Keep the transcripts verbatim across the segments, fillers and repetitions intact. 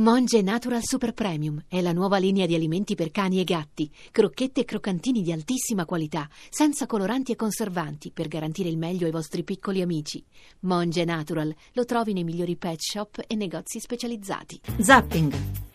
Monge Natural Super Premium è la nuova linea di alimenti per cani e gatti, crocchette e croccantini di altissima qualità, senza coloranti e conservanti, per garantire il meglio ai vostri piccoli amici. Monge Natural lo trovi nei migliori pet shop e negozi specializzati. Zapping.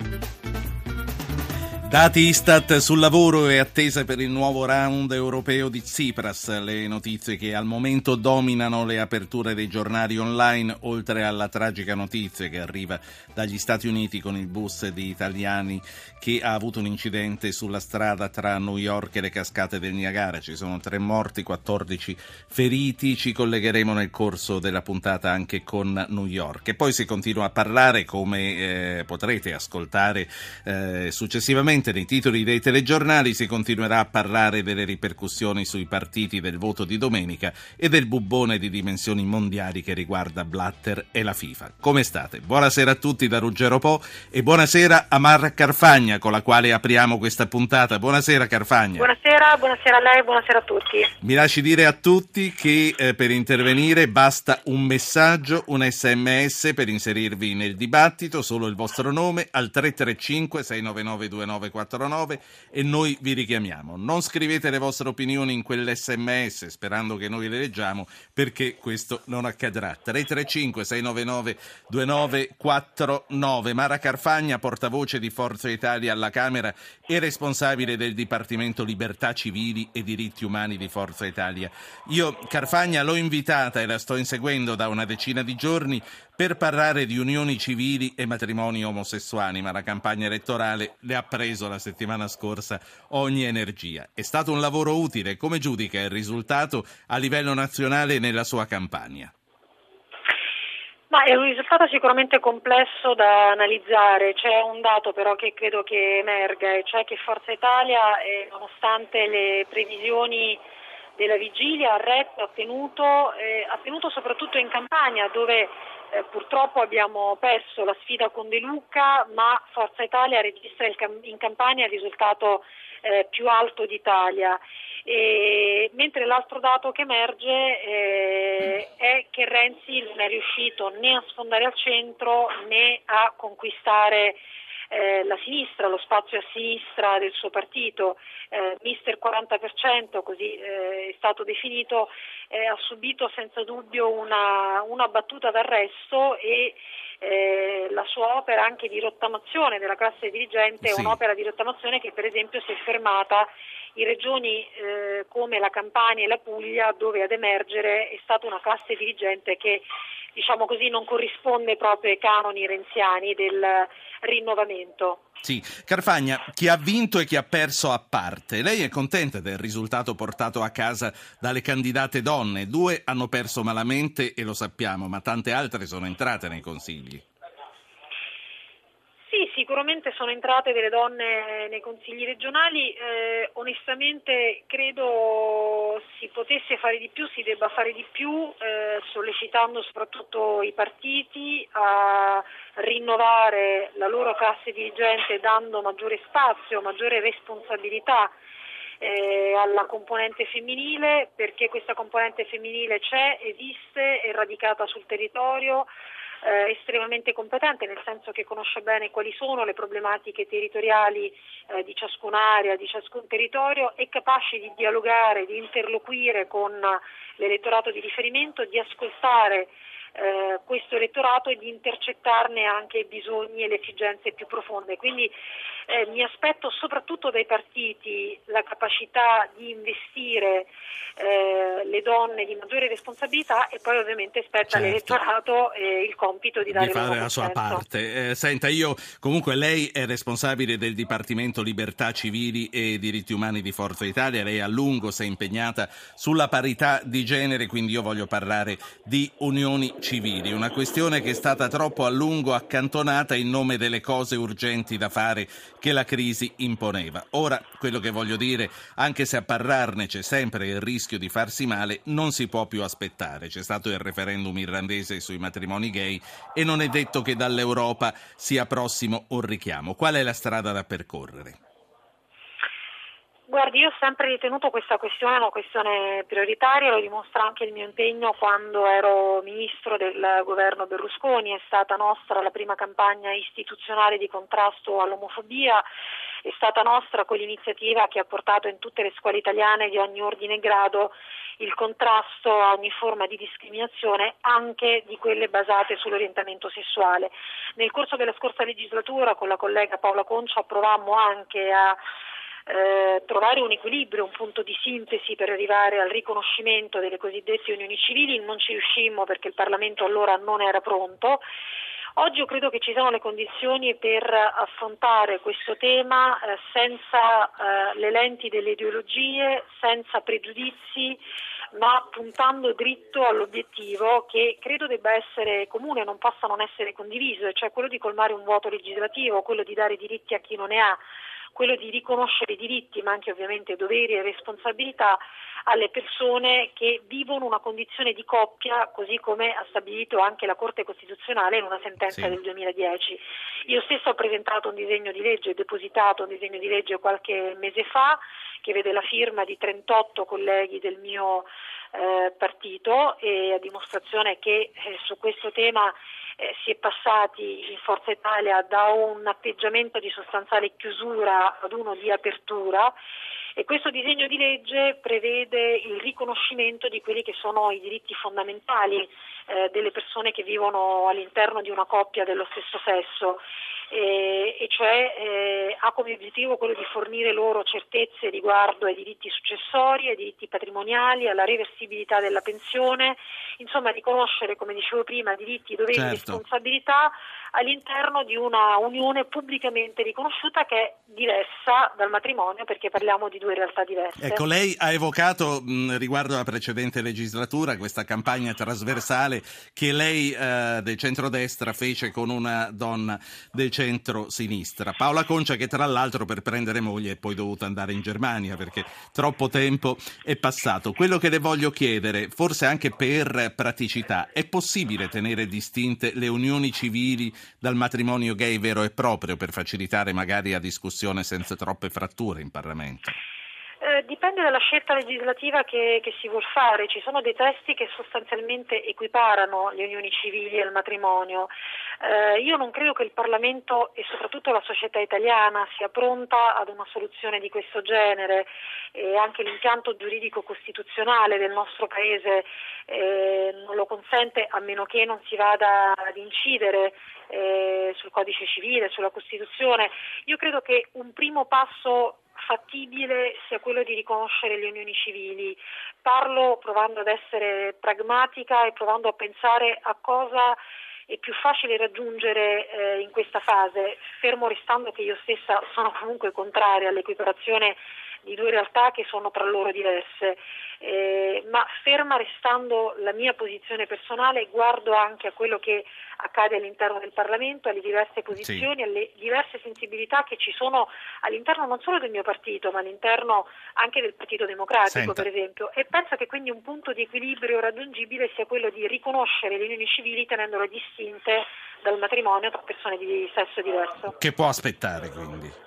Dati Istat sul lavoro e attese per il nuovo round europeo di Tsipras, le notizie che al momento dominano le aperture dei giornali online, oltre alla tragica notizia che arriva dagli Stati Uniti con il bus di italiani che ha avuto un incidente sulla strada tra New York e le cascate del Niagara. Ci sono tre morti, quattordici feriti, ci collegheremo nel corso della puntata anche con New York. E poi si continua a parlare, come eh, potrete ascoltare eh, successivamente nei titoli dei telegiornali, si continuerà a parlare delle ripercussioni sui partiti del voto di domenica e del bubbone di dimensioni mondiali che riguarda Blatter e la FIFA. Come state? Buonasera a tutti da Ruggero Po e buonasera a Mara Carfagna, con la quale apriamo questa puntata. Buonasera Carfagna. Buonasera, buonasera a lei, buonasera a tutti. Mi lasci dire a tutti che eh, per intervenire basta un messaggio, un sms per inserirvi nel dibattito, solo il vostro nome al tre tre cinque sei nove nove due nove quattro nove e noi vi richiamiamo. Non scrivete le vostre opinioni in quell'sms sperando che noi le leggiamo, perché questo non accadrà. tre tre cinque sei nove nove due nove quattro nove. Mara Carfagna, portavoce di Forza Italia alla Camera e responsabile del Dipartimento Libertà Civili e Diritti Umani di Forza Italia. Io Carfagna l'ho invitata e la sto inseguendo da una decina di giorni per parlare di unioni civili e matrimoni omosessuali, ma la campagna elettorale le ha preso la settimana scorsa ogni energia. È stato un lavoro utile. Come giudica il risultato a livello nazionale nella sua campagna? Ma è un risultato sicuramente complesso da analizzare. C'è un dato però che credo che emerga, e cioè che Forza Italia, eh, nonostante le previsioni della vigilia, ha retto, ha tenuto, eh, ha tenuto soprattutto in campagna, dove Eh, purtroppo abbiamo perso la sfida con De Luca, ma Forza Italia registra il cam- in Campania il risultato eh, più alto d'Italia. E, mentre l'altro dato che emerge eh, è che Renzi non è riuscito né a sfondare al centro né a conquistare Eh, la sinistra, lo spazio a sinistra del suo partito. eh, mister quaranta per cento, così eh, è stato definito, eh, ha subito senza dubbio una, una battuta d'arresto, e eh, la sua opera anche di rottamazione della classe dirigente è sì. un'opera di rottamazione che per esempio si è fermata in regioni eh, come la Campania e la Puglia, dove ad emergere è stata una classe dirigente che, diciamo così, non corrisponde proprio ai canoni renziani del rinnovamento. Sì, Carfagna, chi ha vinto e chi ha perso a parte. Lei è contenta del risultato portato a casa dalle candidate donne? Due hanno perso malamente e lo sappiamo, ma tante altre sono entrate nei consigli. Sì, sicuramente sono entrate delle donne nei consigli regionali. Eh, onestamente credo si potesse fare di più, si debba fare di più, eh, sollecitando soprattutto i partiti a rinnovare la loro classe dirigente, dando maggiore spazio, maggiore responsabilità eh, alla componente femminile, perché questa componente femminile c'è, esiste, è radicata sul territorio, Eh, estremamente competente, nel senso che conosce bene quali sono le problematiche territoriali eh, di ciascun'area, di ciascun territorio, è capace di dialogare, di interloquire con l'elettorato di riferimento, di ascoltare eh, questo elettorato e di intercettarne anche i bisogni e le esigenze più profonde. Quindi eh, mi aspetto soprattutto dai partiti la capacità di investire eh, le donne di maggiore responsabilità, e poi ovviamente spetta certo. all'elettorato eh, il compito di dare di fare la sua consenso. parte. Eh, senta, io comunque lei è responsabile del Dipartimento Libertà Civili e Diritti Umani di Forza Italia, lei a lungo si è impegnata sulla parità di genere, quindi io voglio parlare di unioni civili, una questione che è stata troppo a lungo accantonata in nome delle cose urgenti da fare che la crisi imponeva. Ora, quello che voglio dire, anche se a parlarne c'è sempre il rischio di farsi male, non si può più aspettare. C'è stato il referendum irlandese sui matrimoni gay e non è detto che dall'Europa sia prossimo un richiamo. Qual è la strada da percorrere? Guardi, io ho sempre ritenuto questa questione una questione prioritaria, lo dimostra anche il mio impegno quando ero ministro del governo Berlusconi. È stata nostra la prima campagna istituzionale di contrasto all'omofobia, è stata nostra quell'iniziativa che ha portato in tutte le scuole italiane di ogni ordine e grado il contrasto a ogni forma di discriminazione, anche di quelle basate sull'orientamento sessuale. Nel corso della scorsa legislatura con la collega Paola Concia provammo anche a Eh, trovare un equilibrio, un punto di sintesi per arrivare al riconoscimento delle cosiddette unioni civili. Non ci riuscimmo perché il Parlamento allora non era pronto. Oggi io credo che ci siano le condizioni per affrontare questo tema eh, senza eh, le lenti delle ideologie, senza pregiudizi, ma puntando dritto all'obiettivo che credo debba essere comune, non possa non essere condiviso, cioè quello di colmare un vuoto legislativo, quello di dare diritti a chi non ne ha, quello di riconoscere i diritti ma anche ovviamente doveri e responsabilità alle persone che vivono una condizione di coppia, così come ha stabilito anche la Corte Costituzionale in una sentenza sì. del duemiladieci. Io stessa ho presentato un disegno di legge, depositato un disegno di legge qualche mese fa che vede la firma di trentotto colleghi del mio eh, partito, e a dimostrazione che eh, su questo tema Eh, si è passati in Forza Italia da un atteggiamento di sostanziale chiusura ad uno di apertura, e questo disegno di legge prevede il riconoscimento di quelli che sono i diritti fondamentali eh, delle persone che vivono all'interno di una coppia dello stesso sesso, e, e cioè eh, ha come obiettivo quello di fornire loro certezze riguardo ai diritti successori, ai diritti patrimoniali, alla reversibilità della pensione, insomma riconoscere, come dicevo prima, diritti, doveri e certo. responsabilità all'interno di una unione pubblicamente riconosciuta che è diversa dal matrimonio, perché parliamo di due realtà diverse. Ecco, lei ha evocato mh, riguardo alla precedente legislatura questa campagna trasversale che lei eh, del centrodestra fece con una donna del centro-sinistra, Paola Concia, che tra l'altro per prendere moglie è poi dovuta andare in Germania perché troppo tempo è passato. Quello che le voglio chiedere, forse anche per praticità, è possibile tenere distinte le unioni civili dal matrimonio gay vero e proprio per facilitare magari la discussione senza troppe fratture in Parlamento? Eh, dipende dalla scelta legislativa che, che si vuol fare. Ci sono dei testi che sostanzialmente equiparano le unioni civili al matrimonio. Eh, io non credo che il Parlamento e soprattutto la società italiana sia pronta ad una soluzione di questo genere, e anche l'impianto giuridico costituzionale del nostro Paese eh, non lo consente, a meno che non si vada ad incidere eh, sul codice civile, sulla Costituzione. Io credo che un primo passo fattibile sia quello di riconoscere le unioni civili. Parlo provando ad essere pragmatica e provando a pensare a cosa è più facile raggiungere eh, in questa fase, fermo restando che io stessa sono comunque contraria all'equiparazione di due realtà che sono tra loro diverse, eh, ma ferma restando la mia posizione personale, guardo anche a quello che accade all'interno del Parlamento, alle diverse posizioni, sì. alle diverse sensibilità che ci sono all'interno non solo del mio partito, ma all'interno anche del Partito Democratico, Senta. per esempio, e penso che quindi un punto di equilibrio raggiungibile sia quello di riconoscere le unioni civili tenendole distinte dal matrimonio tra persone di sesso diverso. Che può aspettare quindi?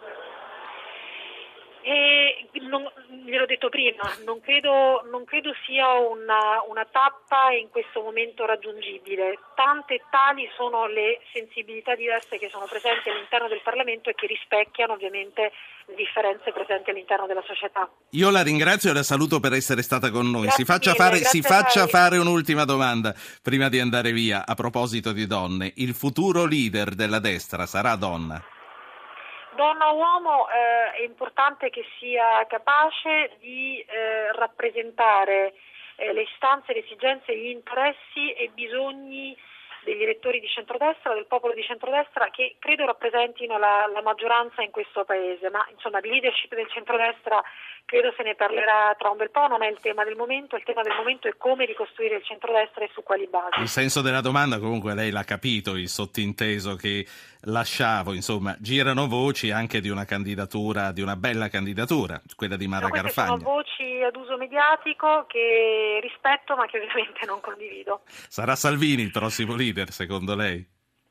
E non, gliel'ho detto prima, non credo, non credo sia una, una tappa in questo momento raggiungibile. Tante e tali sono le sensibilità diverse che sono presenti all'interno del Parlamento e che rispecchiano ovviamente le differenze presenti all'interno della società. Io la ringrazio e la saluto per essere stata con noi. Grazie si faccia, mille, fare, si faccia fare un'ultima domanda prima di andare via a proposito di donne. Il futuro leader della destra sarà donna? Donna o uomo, eh, è importante che sia capace di eh, rappresentare eh, le istanze, le esigenze, gli interessi e i bisogni degli elettori di centrodestra, del popolo di centrodestra, che credo rappresentino la, la maggioranza in questo Paese, ma insomma di leadership del centrodestra credo se ne parlerà tra un bel po', non è il tema del momento, il tema del momento è come ricostruire il centrodestra e su quali basi. Il senso della domanda comunque lei l'ha capito, il sottinteso che lasciavo, insomma girano voci anche di una candidatura, di una bella candidatura, quella di Mara no, Carfagna. Sono voci ad uso mediatico che rispetto ma che ovviamente non condivido. Sarà Salvini il prossimo leader secondo lei? Eh,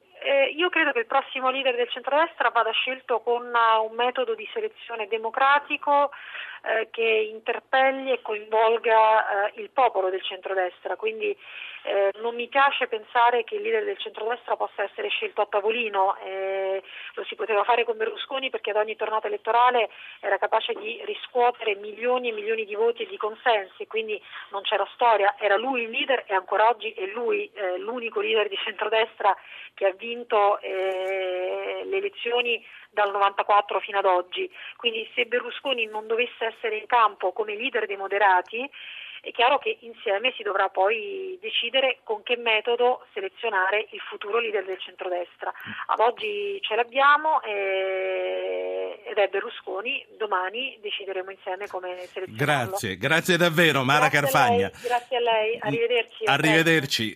io credo che il prossimo leader del centrodestra vada scelto con un metodo di selezione democratico eh, che interpelli e coinvolga eh, il popolo del centrodestra, quindi eh, non mi piace pensare che il leader del centrodestra possa essere scelto a tavolino, eh, lo si poteva fare con Berlusconi perché ad ogni tornata elettorale era capace di riscuotere milioni e milioni di voti e di consensi, quindi non c'era storia, era lui il leader e ancora oggi è lui eh, l'unico leader di centrodestra che ha vinto eh, le elezioni dal novantaquattro fino ad oggi, quindi se Berlusconi non dovesse essere in campo come leader dei moderati, è chiaro che insieme si dovrà poi decidere con che metodo selezionare il futuro leader del centrodestra. Ad oggi ce l'abbiamo e... ed è Berlusconi, domani decideremo insieme come selezionarlo. Grazie, grazie davvero Mara grazie Carfagna. A lei, grazie a lei, arrivederci. Arrivederci.